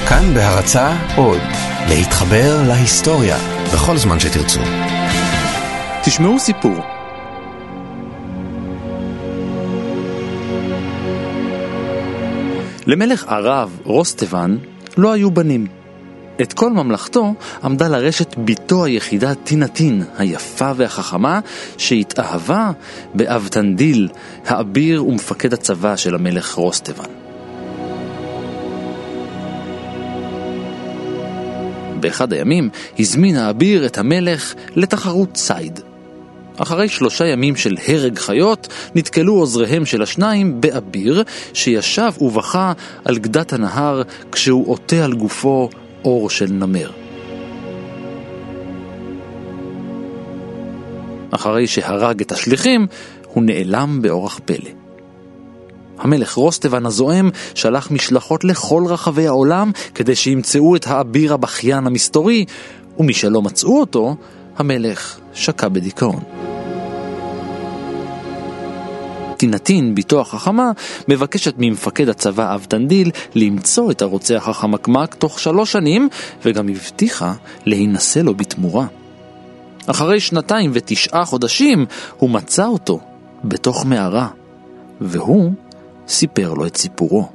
כאן בהרצאה עוד, להתחבר להיסטוריה בכל זמן שתרצו. תשמעו סיפור. למלך ערב רוסטבן לא היו בנים. את כל ממלכתו עמדה לרשת ביתו היחידה טינתין, היפה והחכמה, שהתאהבה באבטנדיל, האביר ומפקד הצבא של המלך רוסטבן. באחד הימים הזמין האביר את המלך לתחרות ציד. אחרי 3 ימים של הרג חיות, נתקלו עוזריהם של השניים באביר שישב ובכה על גדת הנהר כשהוא עוטה על גופו אור של נמר. אחרי שהרג את השליחים, הוא נעלם באורח פלא. המלך רוסטבן הזועם שלח משלחות לכל רחבי העולם כדי שימצאו את האביר הבכיין המסתורי, ומשלא מצאו אותו, המלך שקע בדיכאון. טינתין, ביתו החכמה, מבקשת ממפקד הצבא אבטנדיל למצוא את הרוצח החמקמק תוך 3 שנים, וגם הבטיחה להינשא לו בתמורה. אחרי 2.9 חודשים הוא מצא אותו בתוך מערה, והוא סיפר לו את סיפורו.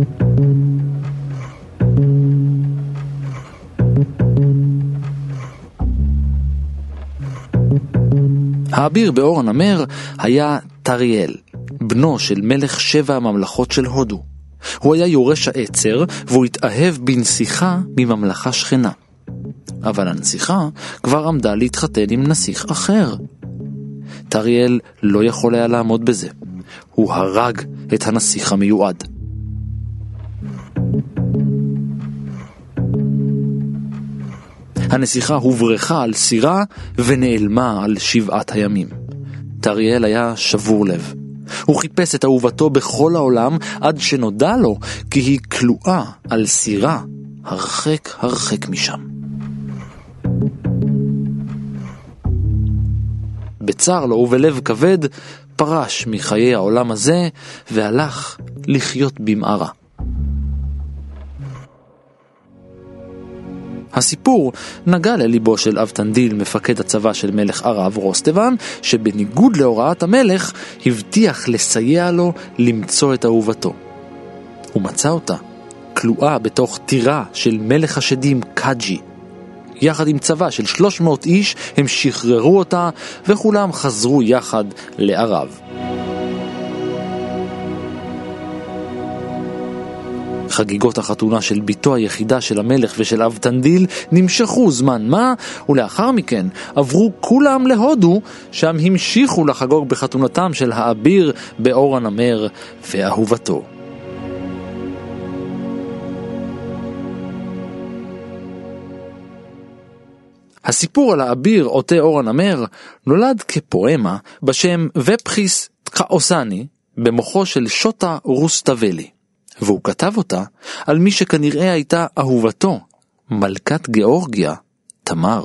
האביר באור הנמר היה טריאל, בנו של מלך 7 הממלכות של הודו. הוא היה יורש העצר, והוא התאהב בנסיכה מממלכה שכנה. אבל הנסיכה כבר עמדה להתחתן עם נסיך אחר. טריאל לא יכול היה לעמוד בזה. הוא הרג את הנסיך המיועד. הנסיכה הוברחה על סירה ונעלמה על 7 הימים. טריאל היה שבור לב. הוא חיפש את אהובתו בכל העולם עד שנודע לו כי היא כלואה על סירה הרחק הרחק משם. בצר לו ובלב כבד פרש מחיי העולם הזה והלך לחיות במערה. הסיפור נגע לליבו של אבטנדיל, מפקד הצבא של מלך ערב רוסטבן, שבניגוד להוראת המלך הבטיח לסייע לו למצוא את אהובתו. הוא מצא אותה כלואה בתוך טירה של מלך השדים קאג'י. יחד עם צבא של 300 איש הם שחררו אותה, וכולם חזרו יחד לערב. חגיגות החתונה של ביתו היחידה של המלך ושל אבטנדיל נמשכו זמן מה, ולאחר מכן עברו כולם להודו, שם המשיכו לחגוג בחתונתם של האביר באור הנמר ואהובתו. הסיפור על האביר עוטה אור הנמר נולד כפואמה בשם ופחיס תקאוסני במוחו של שוטה רוסטבלי, והוא כתב אותה על מי שכנראה הייתה אהובתו, מלכת גיאורגיה, תמר.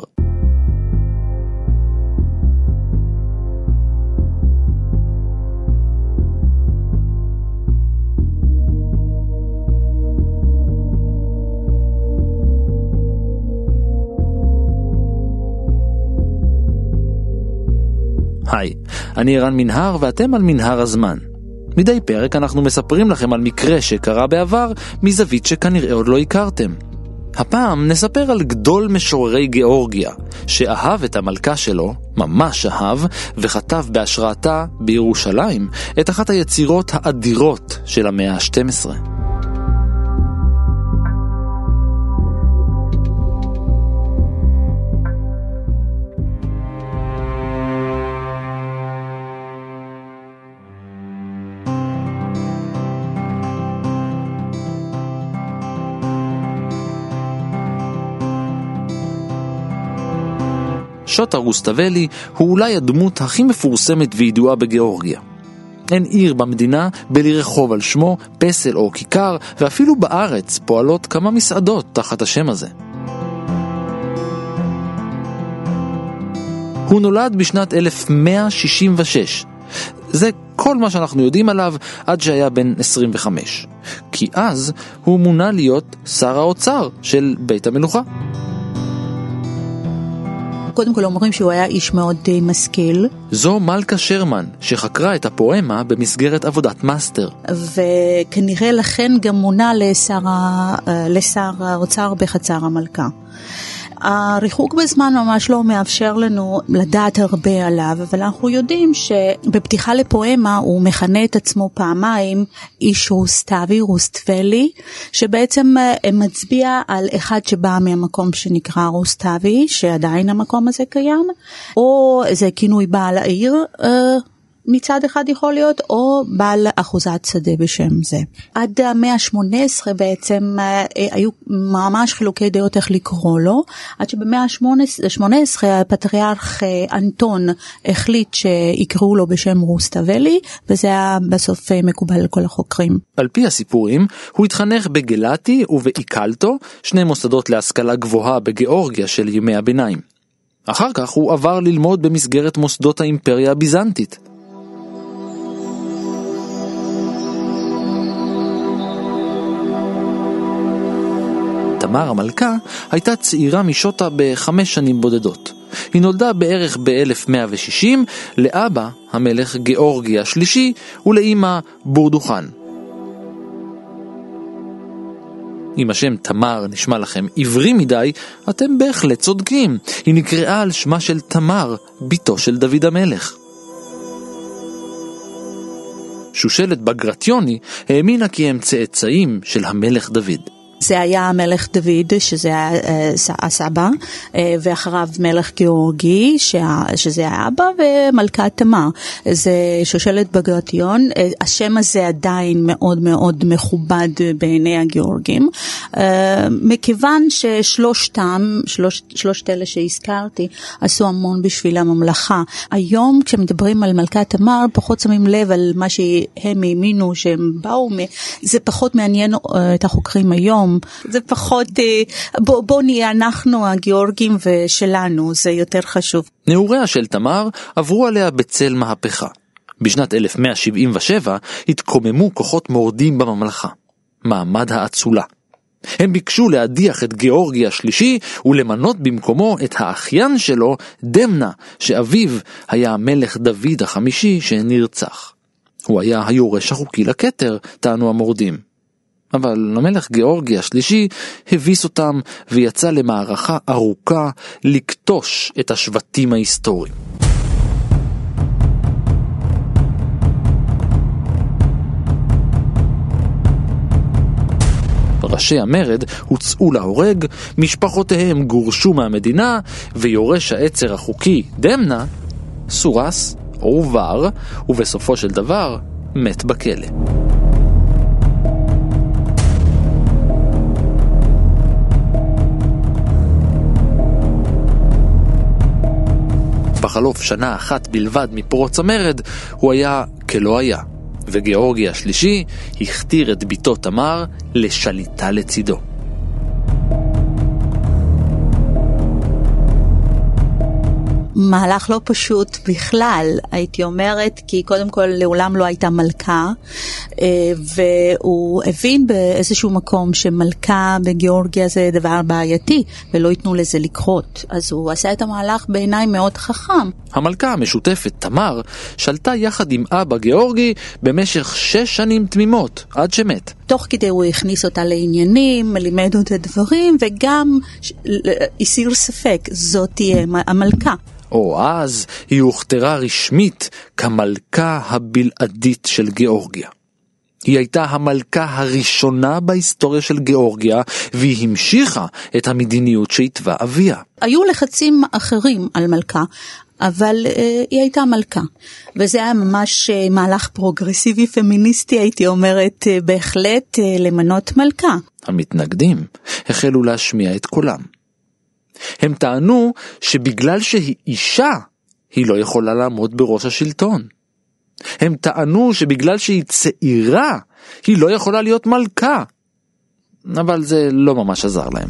היי, אני ערן מנהר ואתם על מנהר הזמן. מדי פרק אנחנו מספרים לכם על מקרה שקרה בעבר מזווית שכנראה עוד לא הכרתם. הפעם נספר על גדול משוררי גיאורגיה, שאהב את המלכה שלו, ממש אהב, וכתב בהשראתה בירושלים את אחת היצירות האדירות של המאה ה-12. שוטה רוסטבלי הוא אולי הדמות הכי מפורסמת וידועה בגיאורגיה. אין עיר במדינה בלי רחוב על שמו, פסל או כיכר, ואפילו בארץ פועלות כמה מסעדות תחת השם הזה. הוא נולד בשנת 1166. זה כל מה שאנחנו יודעים עליו עד שהיה בן 25. כי אז הוא מונה להיות שר האוצר של בית המלוכה. קודם כל אומרים שהוא היה איש מאוד משכיל. זו מלכה שרמן, שחקרה את הפואמה במסגרת עבודת מאסטר. וכנראה לכן גם מונה לשר האוצר בחצר המלכה. הריחוק בזמן ממש לא מאפשר לנו לדעת הרבה עליו, אבל אנחנו יודעים שבפתיחה לפואמה הוא מכנה את עצמו פעמיים איש רוסטבלי, שבעצם מצביע על אחד שבא מהמקום שנקרא רוסטבי, שעדיין המקום הזה קיים, או זה כינוי בעל העיר, מצד אחד יכול להיות, או בעל אחוזת שדה בשם זה. עד המאה ה-18 בעצם היו ממש חילוקי דעות איך לקרוא לו, עד שבמאה ה-18 הפטריארך אנטון החליט שיקראו לו בשם רוסטבלי, וזה היה בסוף מקובל לכל החוקרים. על פי הסיפורים, הוא התחנך בגלטי ובאיקלטו, שני מוסדות להשכלה גבוהה בגיאורגיה של ימי הביניים. אחר כך הוא עבר ללמוד במסגרת מוסדות האימפריה הביזנטית. תמר המלכה הייתה צעירה משוטה ב5 שנים בודדות. היא נולדה בערך ב-1160 לאבא המלך גאורגי השלישי ולאמא בורדוכן. אם השם תמר נשמע לכם עברי מדי, אתם בהחלט צודקים. היא נקראה על שמה של תמר, ביתו של דוד המלך. שושלת בגרטיוני האמינה כי הם צאצאים של המלך דוד. זה היה המלך דוד, שזה הסבא, ואחריו מלך גיאורגי, שזה האבא, ומלכת תמר. זה שושלת בגרטיון. השם הזה עדיין מאוד מאוד מכובד בעיני הגיאורגים, מכיוון שלושת אלה שהזכרתי, עשו המון בשביל הממלכה. היום כשמדברים על מלכת תמר, פחות שמים לב על מה שהם האמינו שהם באו, זה פחות מעניין את החוקרים היום. זה פחות, בוא נהיה אנחנו הגיאורגים ושלנו, זה יותר חשוב. נעוריה של תמר עברו עליה בצל מהפכה. בשנת 1177 התקוממו כוחות מורדים בממלכה, מעמד האצולה. הם ביקשו להדיח את גאורגי השלישי ולמנות במקומו את האחיין שלו, דמנה, שאביו היה המלך דוד החמישי שנרצח. הוא היה היורש החוקי לכתר, טענו המורדים. אבל המלך גאורגי השלישי הביס אותם ויצא למערכה ארוכה לקטוש את השבטים ההיסטוריים. ראשי המרד הוצאו להורג, משפחותיהם גורשו מהמדינה, ויורש העצר החוקי דמנה סורס, עובר, ובסופו של דבר מת בכלא. בחלוף שנה אחת בלבד מפרוץ המרד, הוא היה כלא היה, וגאורגי השלישי הכתיר את ביתו תמר לשליטה לצידו. מהלך לא פשוט בכלל, הייתי אומרת, כי קודם כל לעולם לא הייתה מלכה, והוא הבין באיזשהו מקום שמלכה בגיאורגיה זה דבר בעייתי, ולא ייתנו לזה לקרות. אז הוא עשה את המהלך בעיניי מאוד חכם. המלכה המשותפת תמר שלטה יחד עם אבא גאורגי במשך 6 שנים תמימות, עד שמת. תוך כדי הוא הכניס אותה לעניינים, לימד אותה דברים, וגם הסיר ספק, זאת תהיה המלכה. או אז היא הוכתרה רשמית כמלכה הבלעדית של גיאורגיה. היא הייתה המלכה הראשונה בהיסטוריה של גיאורגיה, והיא המשיכה את המדיניות שהתווה אביה. היו לחצים אחרים על מלכה, אבל היא הייתה מלכה. וזה היה ממש מהלך פרוגרסיבי פמיניסטי, הייתי אומרת, בהחלט למנות מלכה. המתנגדים החלו להשמיע את קולם. הם טענו שבגלל שהיא אישה, היא לא יכולה לעמוד בראש השלטון. הם טענו שבגלל שהיא צעירה, היא לא יכולה להיות מלכה. אבל זה לא ממש עזר להם.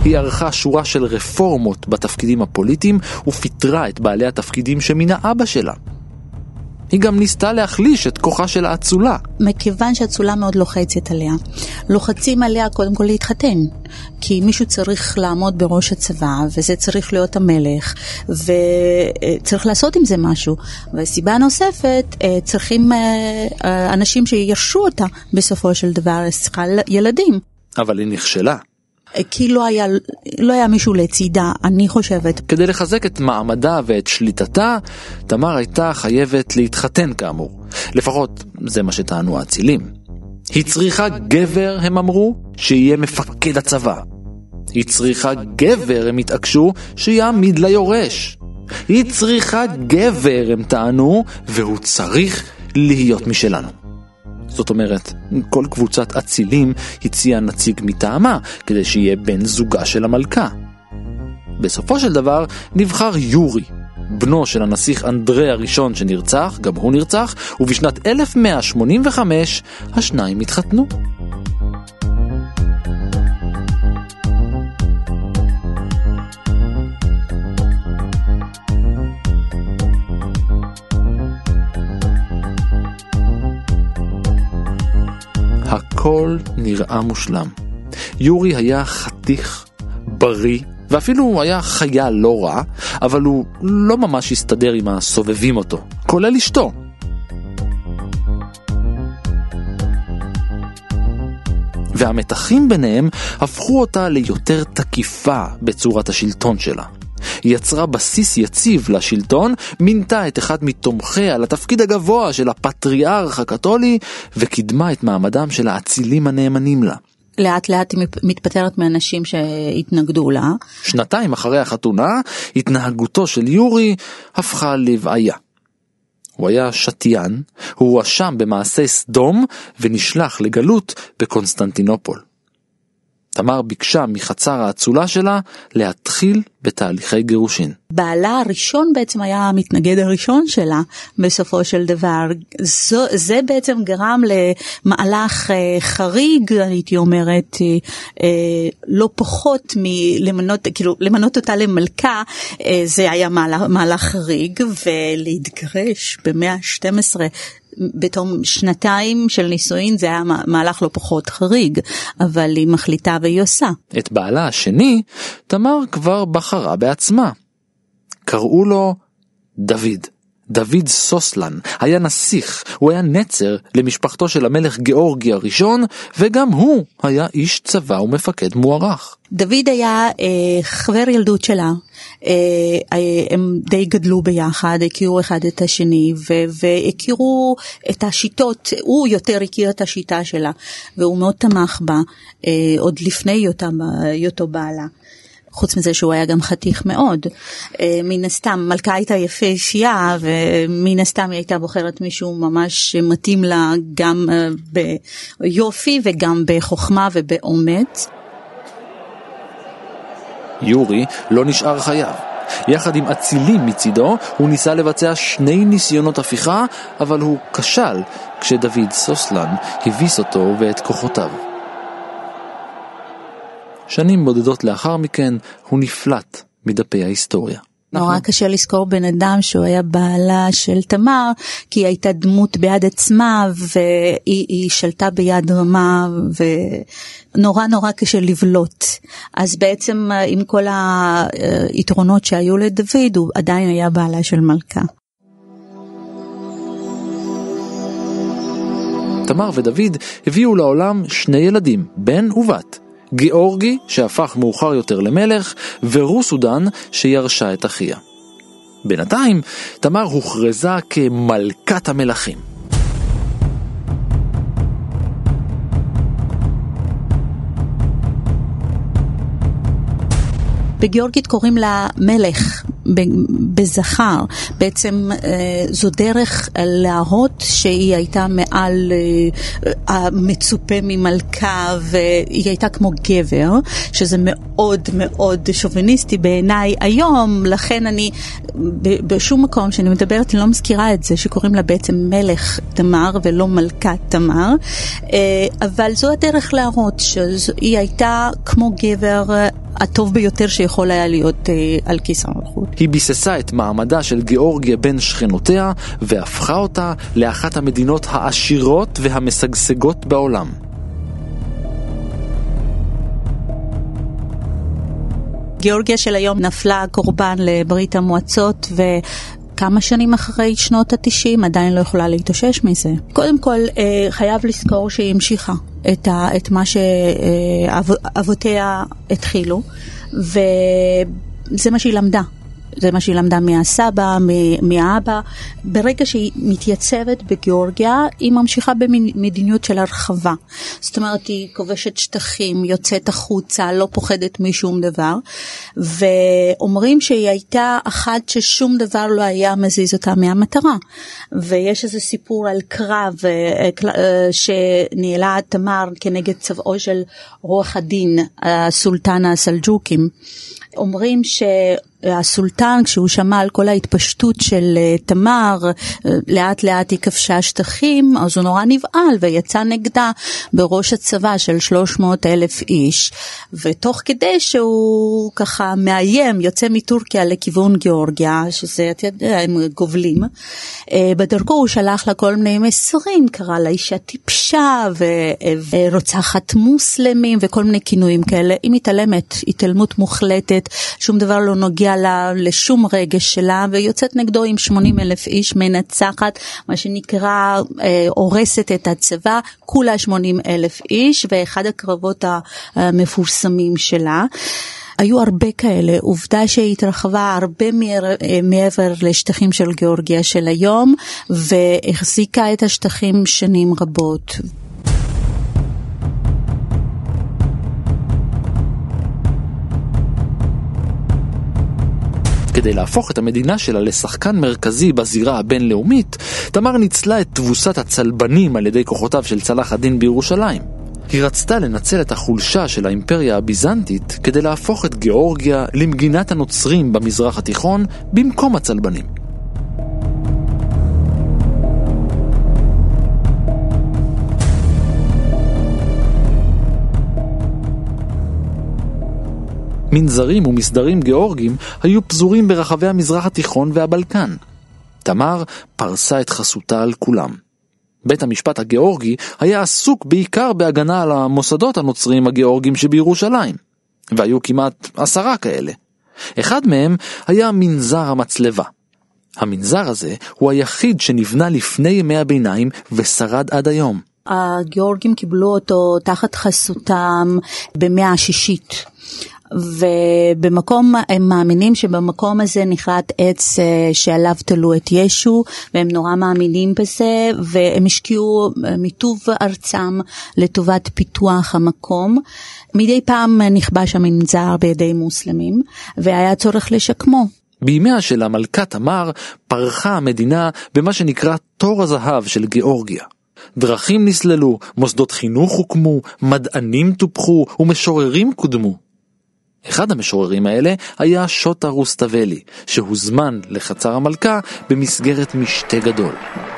היא ערכה שורה של רפורמות בתפקידים הפוליטיים ופיטרה את בעלי התפקידים שמינה אבא שלה. היא גם ניסתה להחליש את כוחה של האצולה. מכיוון שהאצולה מאוד לוחצת עליה. לוחצים עליה קודם כל להתחתן. כי מישהו צריך לעמוד בראש הצבא, וזה צריך להיות המלך, וצריך לעשות עם זה משהו. והסיבה הנוספת, צריכים אנשים שירשו אותה בסופו של דבר, צריכה ילדים. אבל היא נכשלה. כי לא היה מישהו לצידה, אני חושבת. כדי לחזק את מעמדה ואת שליטתה, תמר הייתה חייבת להתחתן כאמור. לפחות זה מה שטענו האצילים. היא צריכה גבר, הם אמרו, שיהיה מפקד הצבא. היא צריכה גבר, הם התעקשו, שיעמיד ליורש. היא צריכה גבר, הם טענו, והוא צריך להיות משלנו. זאת אומרת, כל קבוצת אצילים הציעה נציג מטעמה, כדי שיהיה בן זוגה של המלכה. בסופו של דבר נבחר יורי, בנו של הנסיך אנדרי הראשון שנרצח, גם הוא נרצח, ובשנת 1185 השניים התחתנו. הכל נראה מושלם. יורי היה חתיך, בריא, ואפילו היה חייל לא רע, אבל הוא לא ממש הסתדר עם הסובבים אותו, כולל אשתו. והמתחים ביניהם הפכו אותה ליותר תקיפה בצורת השלטון שלה. היא יצרה בסיס יציב לשלטון, מינתה את אחד מתומכיה לתפקיד הגבוה של הפטריארך הקתולי, וקידמה את מעמדם של האצילים הנאמנים לה. לאט לאט היא מתפטרת מאנשים שהתנגדו לה. שנתיים אחרי החתונה, התנהגותו של יורי הפכה לבעיה. הוא היה שתיין, הוא הואשם במעשי סדום, ונשלח לגלות בקונסטנטינופול. תמר ביקשה מחצר האצולה שלה להתחיל בתהליכי גירושין. בעלה הראשון בעצם היה המתנגד הראשון שלה בסופו של דבר. זה בעצם גרם למהלך חריג, הייתי אומרת, לא פחות למנות אותה למלכה, זה היה מהלך חריג, ולהתגרש במאה ה-12 בתום שנתיים של נישואין זה היה מהלך לא פחות חריג, אבל היא מחליטה והיא עושה. את בעלה השני, תמר כבר בחרה בעצמה. קראו לו דוד. דוד סוסלן, היה נסיך, הוא היה נצר למשפחתו של המלך גאורגי הראשון, וגם הוא היה איש צבא ומפקד מוערך. דוד היה חבר ילדות שלה, הם די גדלו ביחד, הכירו אחד את השני, והכירו את השיטות, הוא יותר הכיר את השיטה שלה, והוא מאוד תמך בה, עוד לפני היותו בעלה. חוץ מזה שהוא היה גם חתיך מאוד. מן הסתם, מלכה הייתה יפהפייה, ומן הסתם היא הייתה בוחרת מישהו ממש מתאים לה גם ביופי וגם בחוכמה ובאומץ. יורי לא נשאר חייב. יחד עם אצילים מצידו, הוא ניסה לבצע 2 ניסיונות הפיכה, אבל הוא כשל כשדוד סוסלן הביס אותו ואת כוחותיו. שנים בודדות לאחר מכן הוא נפלט מדפי ההיסטוריה. נורא קשה לזכור בן אדם שהוא היה בעלה של תמר, כי היא הייתה דמות ביד עצמה, והיא שלטה ביד רמה, ונורא נורא קשה לבלוט. אז בעצם עם כל היתרונות שהיו לדוד, הוא עדיין היה בעלה של מלכה. תמר ודוד הביאו לעולם 2 ילדים, בן ובת. גאורגי שהפך מאוחר יותר למלך, ורוסודן שירשה את אחיה. בינתיים תמר הוכרזה כמלכת המלכים. בגיאורגית קוראים לה מלך בזכר. בעצם זו דרך להראות שהיא הייתה מעל המצופה ממלכה, והיא הייתה כמו גבר, שזה מאוד מאוד שוביניסטי בעיניי היום. לכן אני בשום מקום שאני מדברת אני לא מזכירה את זה שקוראים לה בעצם מלך תמר ולא מלכת תמר, אבל זו הדרך להראות שהיא הייתה כמו גבר הטוב ביותר שיכול היה להיות על כיס המלכות. היא ביססה את מעמדה של גיאורגיה בין שכנותיה והפכה אותה לאחת המדינות העשירות והמשגשגות בעולם. גיאורגיה של היום נפלה קורבן לברית המועצות וכמה שנים אחרי שנות ה-90 עדיין לא יכולה להתאושש מזה. קודם כל חייב לזכור שהיא המשיכה את מה שאבותיה התחילו, וזה מה שהיא למדה. זה מה שהיא למדה מהסבא, מהאבא. ברגע שהיא מתייצבת בגיאורגיה, היא ממשיכה במדיניות של הרחבה. זאת אומרת, היא כובשת שטחים, יוצאת החוצה, לא פוחדת משום דבר. ואומרים שהיא הייתה אחת ששום דבר לא היה מזיז אותה מהמטרה. ויש איזה סיפור על קרב שניהלה תמר כנגד צבאו של רוח הדין, הסולטן הסלג'וקים. אומרים שהסולטן, כשהוא שמע על כל ההתפשטות של תמר, לאט לאט היא כבשה שטחים, אז הוא נורא נבעל ויצא נגדה בראש הצבא של 300,000 איש, ותוך כדי שהוא ככה מאיים, יוצא מטורקיה לכיוון גיאורגיה, שזה, אתה יודע, הם גובלים, בדרכו הוא שלח לה כל מיני מסרים, קרא לה אישה טיפשה ורוצחת מוסלמים וכל מיני כינויים כאלה. היא מתעלמת, התעלמות מוחלטת, שום דבר לא נוגע לה לשום רגש שלה, ויוצאת נגדו עם 80,000 איש, מנצחת, מה שנקרא הורסת את הצבא, כולה 80,000 איש, ואחד הקרבות המפורסמים שלה. היו הרבה כאלה, עובדה שהתרחבה הרבה מעבר לשטחים של גיאורגיה של היום, והחזיקה את השטחים שנים רבות. כדי להפוך את המדינה שלה לשחקן מרכזי בזירה הבינלאומית, תמר ניצלה את תבוסת הצלבנים על ידי כוחותיו של צלאח א-דין בירושלים. היא רצתה לנצל את החולשה של האימפריה הביזנטית כדי להפוך את גיאורגיה למגינת הנוצרים במזרח התיכון במקום הצלבנים. מנזרים ומסדרים גיאורגים היו פזורים ברחבי המזרח התיכון והבלקן. תמר פרסה את חסותה על כולם. בית המשפט הגיאורגי היה עסוק בעיקר בהגנה על המוסדות הנוצריים הגיאורגים שבירושלים, והיו כמעט 10 כאלה. אחד מהם היה מנזר המצלבה. המנזר הזה הוא היחיד שנבנה לפני ימי הביניים ושרד עד היום. הגיאורגים קיבלו אותו תחת חסותם במאה השישית. ובמקום, הם מאמינים שבמקום הזה נכרת עץ שעליו תלו את ישו, והם נורא מאמינים בזה, והם השקיעו מטוב ארצם לטובת פיתוח המקום. מדי פעם נכבש המנזר בידי מוסלמים, והיה צורך לשקמו. בימיה של המלכה תמר פרחה המדינה במה שנקרא תור הזהב של גיאורגיה. דרכים נסללו, מוסדות חינוך הוקמו, מדענים טופחו ומשוררים קודמו. אחד המשוררים האלה היה שוטה רוסטבלי, שהוזמן לחצר המלכה במסגרת משתה גדול.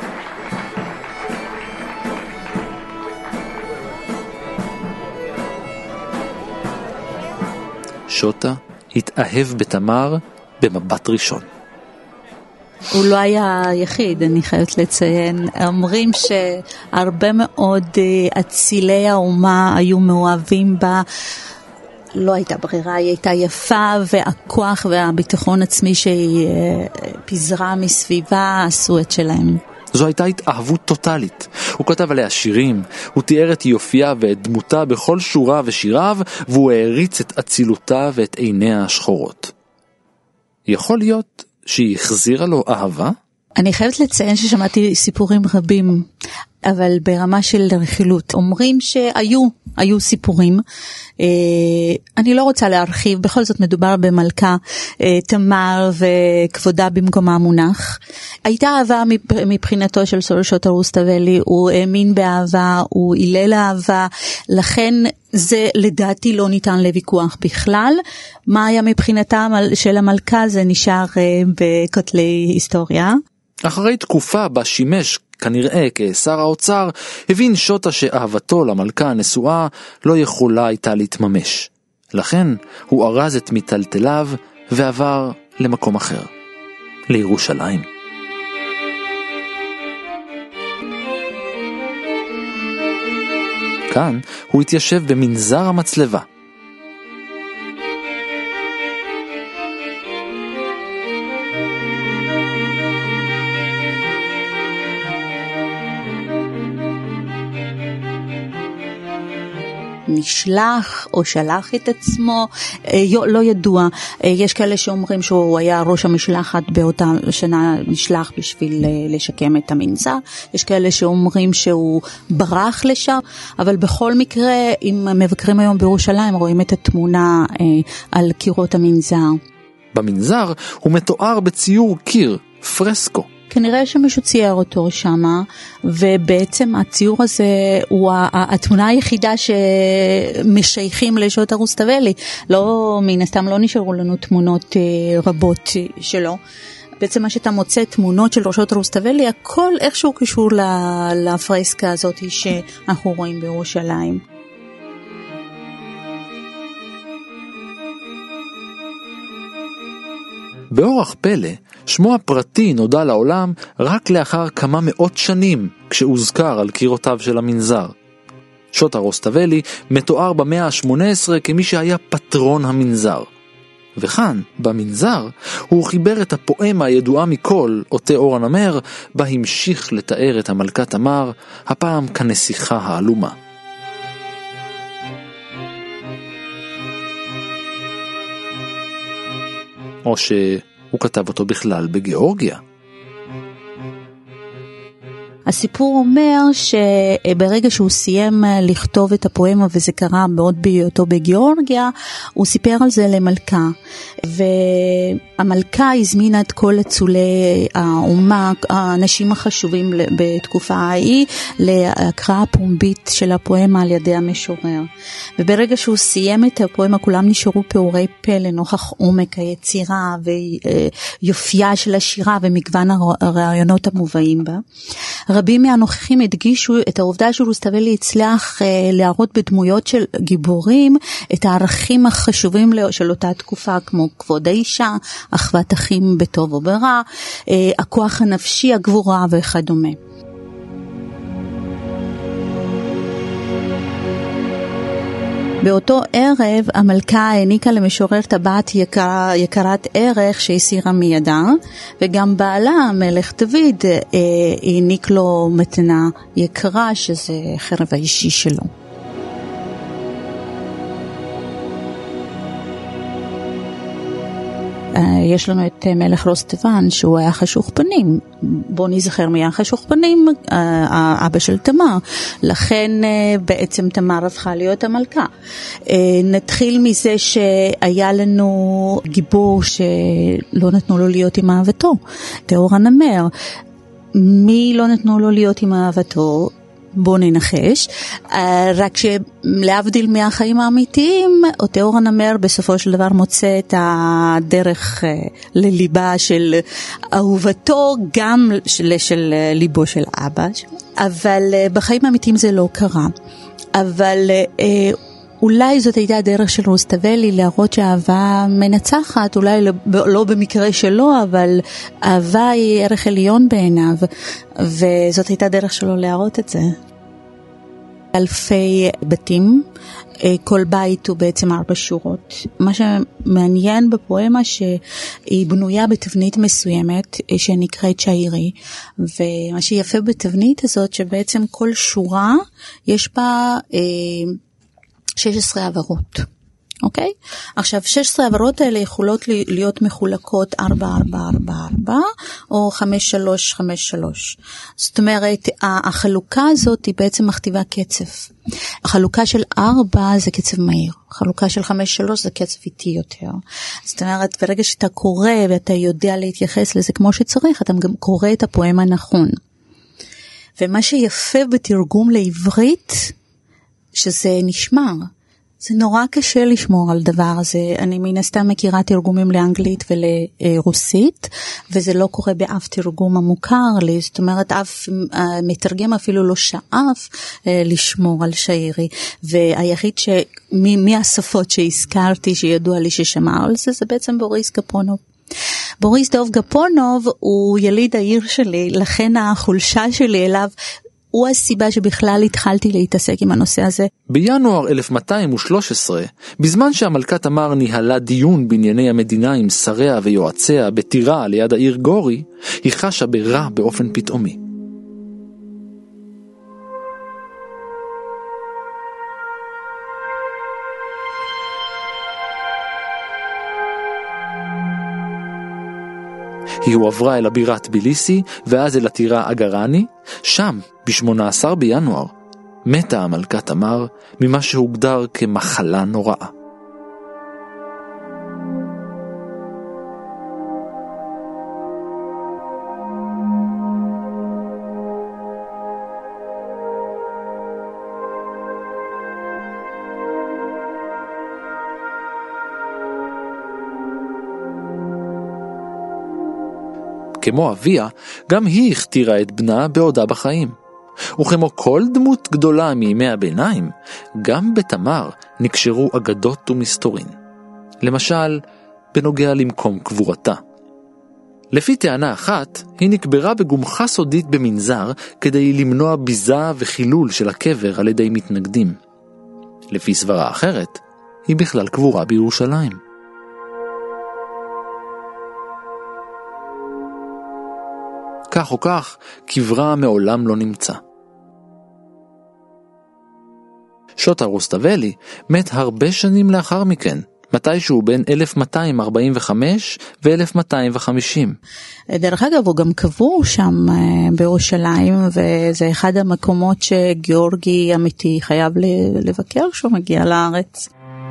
שוטה התאהב בתמר במבט ראשון. הוא לא היה היחיד, אני חייבת לציין. אומרים שהרבה מאוד אצילי האומה היו מאוהבים בה. לא הייתה ברירה, היא הייתה יפה, והכוח והביטחון עצמי שהיא פיזרה מסביבה עשו את שלהם. זו הייתה התאהבות טוטלית. הוא כתב עליה שירים, הוא תיאר את יופייה ואת דמותה בכל שורה ושיריו, והוא העריץ את אצילותה ואת עיניה השחורות. יכול להיות שהיא החזירה לו אהבה? אני חייבת לציין ששמעתי סיפורים רבים, אבל ברמה של רכילות. אומרים שהיו סיפורים, אני לא רוצה להרחיב, בכל זאת מדובר במלכה תמר וכבודה במקומה מונח. הייתה אהבה מבחינתו של שוטה רוסטבלי, הוא האמין באהבה, הוא הילל אהבה, לכן זה לדעתי לא ניתן לוויכוח בכלל. מה היה מבחינתה של המלכה זה נשאר בכותלי היסטוריה. אחרי תקופה בה שימש כנראה כשר האוצר, הבין שוטה שאהבתו למלכה הנשואה לא יכולה הייתה להתממש. לכן הוא ארז את מיטלטליו ועבר למקום אחר, לירושלים. כאן הוא התיישב במנזר המצלבה. נשלח או שלח את עצמו, לא ידוע. יש כאלה שאומרים שהוא היה ראש המשלחת באותה שנה, נשלח בשביל לשקם את המנזר. יש כאלה שאומרים שהוא ברח לשם, אבל בכל מקרה, אם מבקרים היום בירושלים, רואים את התמונה על קירות המנזר. במנזר הוא מתואר בציור קיר, פרסקו. כנראה שמישהו צייר אותו שמה, ובעצם הציור הזה הוא התמונה היחידה שמשייכים לשוטה רוסטבלי. לא, מן הסתם לא נשארו לנו תמונות רבות שלו. בעצם מה שאתה מוצא תמונות של שוטה רוסטבלי, הכל איכשהו קשור לפרסקה הזאת שאנחנו רואים בירושלים. באורח פלא, שמו הפרטי נודע לעולם רק לאחר כמה מאות שנים, כשהוזכר על קירותיו של המנזר. שוטה רוסטבלי מתואר במאה ה-18 כמי שהיה פטרון המנזר. וכאן, במנזר, הוא חיבר את הפואמה הידועה מכל, אותה אור הנמר, בה המשיך לתאר את המלכה תמר, הפעם כנסיכה העלומה. או שהוא כתב אותו בכלל בגיאורגיה. הסיפור אומר שברגע שהוא סיים לכתוב את הפואמה, וזה קרה מאוד בהיותו בגיאורגיה, הוא סיפר על זה למלכה, והמלכה הזמינה את כל אצולי האומה, האנשים החשובים בתקופה ההיא, להקראה פומבית של הפואמה על ידי המשורר. וברגע שהוא סיים את הפואמה, כולם נשארו פעורי פה לנוכח עומק היצירה ויופייה של השירה ומגוון הרעיונות המובאים בה. רבים מהנוכחים הדגישו את העובדה שרוסטבלי הצליח להראות בדמויות של גיבורים את הערכים החשובים של אותה תקופה, כמו כבוד האישה, אחוות אחים בטוב וברע, הכוח הנפשי, הגבורה וכדומה. באותו ערב המלכה העניקה למשורר טבעת יקרת ערך שהסירה מידה, וגם בעלה המלך דוד העניק לו מתנה יקרה שזה חרב האישי שלו. יש לנו את מלך רוסטבן שהוא היה חשוך פנים. בוא נזכר מי היה חשוך פנים, האבא של תמר. לכן בעצם תמר הפכה להיות המלכה. נתחיל מזה שהיה לנו גיבור שלא נתנו לו להיות עם אהבתו, תאור הנמר. מי לא נתנו לו להיות עם אהבתו? בוא ננחש, רק שלהבדיל מהחיים האמיתיים, תאור הנמר בסופו של דבר מוצא את הדרך לליבה של אהובתו, גם של ליבו של אבא, אבל בחיים האמיתיים זה לא קרה. אבל אולי זאת הייתה הדרך של רוסטבלי להראות שהאהבה מנצחת, אולי לא במקרה שלו, אבל אהבה היא ערך עליון בעיניו, וזאת הייתה דרך שלו להראות את זה. אלפי בתים, כל בית הוא בעצם 4 שורות. מה שמעניין בפואמה שהיא בנויה בתבנית מסוימת שנקראת שעירי, ומה שיפה בתבנית הזאת שבעצם כל שורה יש בה 16 עברות. אוקיי? עכשיו, 16 העברות האלה יכולות להיות מחולקות 4-4-4-4 או 5-3-5-3. זאת אומרת, החלוקה הזאת היא בעצם מכתיבה קצב. החלוקה של 4 זה קצב מהיר. החלוקה של 5-3 זה קצב איטי יותר. זאת אומרת, ברגע שאתה קורא ואתה יודע להתייחס לזה כמו שצריך, אתה גם קורא את הפואמה נכון. ומה שיפה בתרגום לעברית, שזה נשמר. זה נורא קשה לשמור על דבר הזה, אני מן הסתם מכירה תרגומים לאנגלית ולרוסית, וזה לא קורה באף תרגום המוכר לי, זאת אומרת אף מתרגם אפילו לא שאף לשמור על שעירי, והיחיד מהשפות שהזכרתי שידוע לי ששמע על זה, זה בעצם בוריס גפונוב. בוריס דוב גפונוב הוא יליד העיר שלי, לכן החולשה שלי אליו, הוא הסיבה שבכלל התחלתי להתעסק עם הנושא הזה. בינואר 1213, בזמן שהמלכה תמר ניהלה דיון בענייני המדינה עם שריה ויועציה בטירה ליד העיר גורי, היא חשה ברע באופן פתאומי. היא הועברה אל הבירה טביליסי ואז אל הטירה אגרני, שם ב-18 בינואר מתה המלכה תמר ממה שהוגדר כמחלה נוראה. כמו אביה, גם היא הכתירה את בנה בעודה בחיים. וכמו כל דמות גדולה מימי הביניים, גם בתמר נקשרו אגדות ומסתורין. למשל, בנוגע למקום קבורתה. לפי טענה אחת, היא נקברה בגומחה סודית במנזר כדי למנוע ביזה וחילול של הקבר על ידי מתנגדים. לפי סברה אחרת, היא בכלל קבורה בירושלים. כך או כך, קברה מעולם לא נמצא. שוטה רוסטבלי מת הרבה שנים לאחר מכן, מתישהו בין 1245 ו-1250. דרך אגב, הוא גם קבור שם בירושלים, וזה אחד המקומות שגיאורגי אמיתי חייב לבקר כשהוא מגיע לארץ.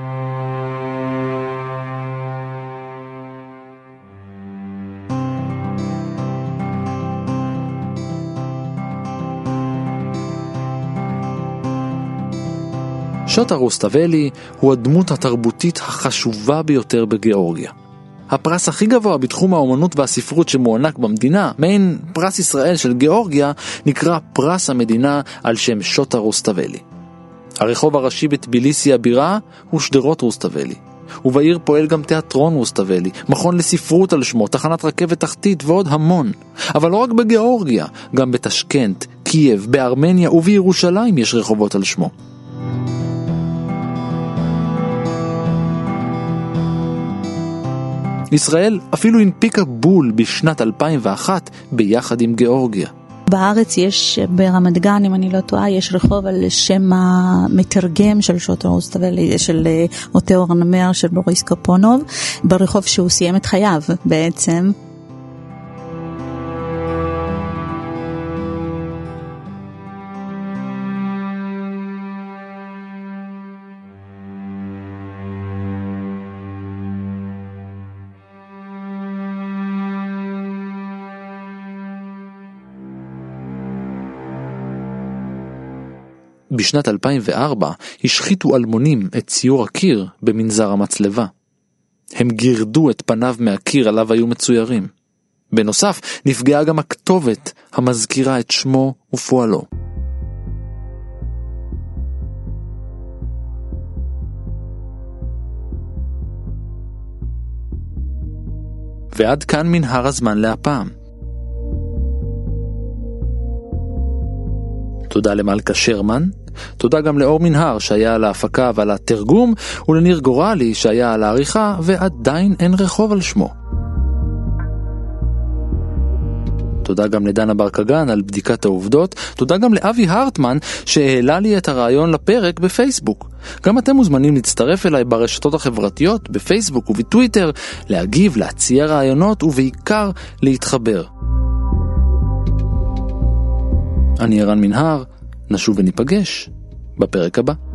שוטה רוסטבלי הוא הדמות התרבותית החשובה ביותר בגיאורגיה. הפרס הכי גבוה בתחום האומנות והספרות שמוענק במדינה, מעין פרס ישראל של גיאורגיה, נקרא פרס המדינה על שם שוטה רוסטבלי. הרחוב הראשי בטביליסי הבירה הוא שדרות רוסטבלי. ובעיר פועל גם תיאטרון רוסטבלי, מכון לספרות על שמו, תחנת רכבת תחתית ועוד המון. אבל לא רק בגיאורגיה, גם בתשקנט, קייב, בארמניה ובירושלים יש רחובות על שמו. ישראל אפילו הנפיקה בול בשנת 2001 ביחד עם גיאורגיה. בארץ יש, ברמת גן, אם אני לא טועה, יש רחוב על שם המתרגם של שוטה רוסטבלי, של אותו ארנמר של בוריס גפונוב, ברחוב שהוא סיים את חייו בעצם. בשנת 2004 השחיתו אלמונים את ציור הקיר במנזר המצלבה. הם גירדו את פניו מהקיר עליו היו מצוירים. בנוסף, נפגעה גם הכתובת המזכירה את שמו ופועלו. ועד כאן מנהר הזמן להפעם. תודה למלכה שרמן, תודה גם לאור מנהר שהיה על ההפקה ועל התרגום, ולניר גורלי שהיה על העריכה, ועדיין אין רחוב על שמו. תודה גם לדנה ברקגן על בדיקת העובדות, תודה גם לאבי הרטמן שהעלה לי את הרעיון לפרק בפייסבוק. גם אתם מוזמנים להצטרף אליי ברשתות החברתיות, בפייסבוק ובטוויטר, להגיב, להציע רעיונות ובעיקר להתחבר. אני ערן מנהר, נשוב וניפגש בפרק הבא.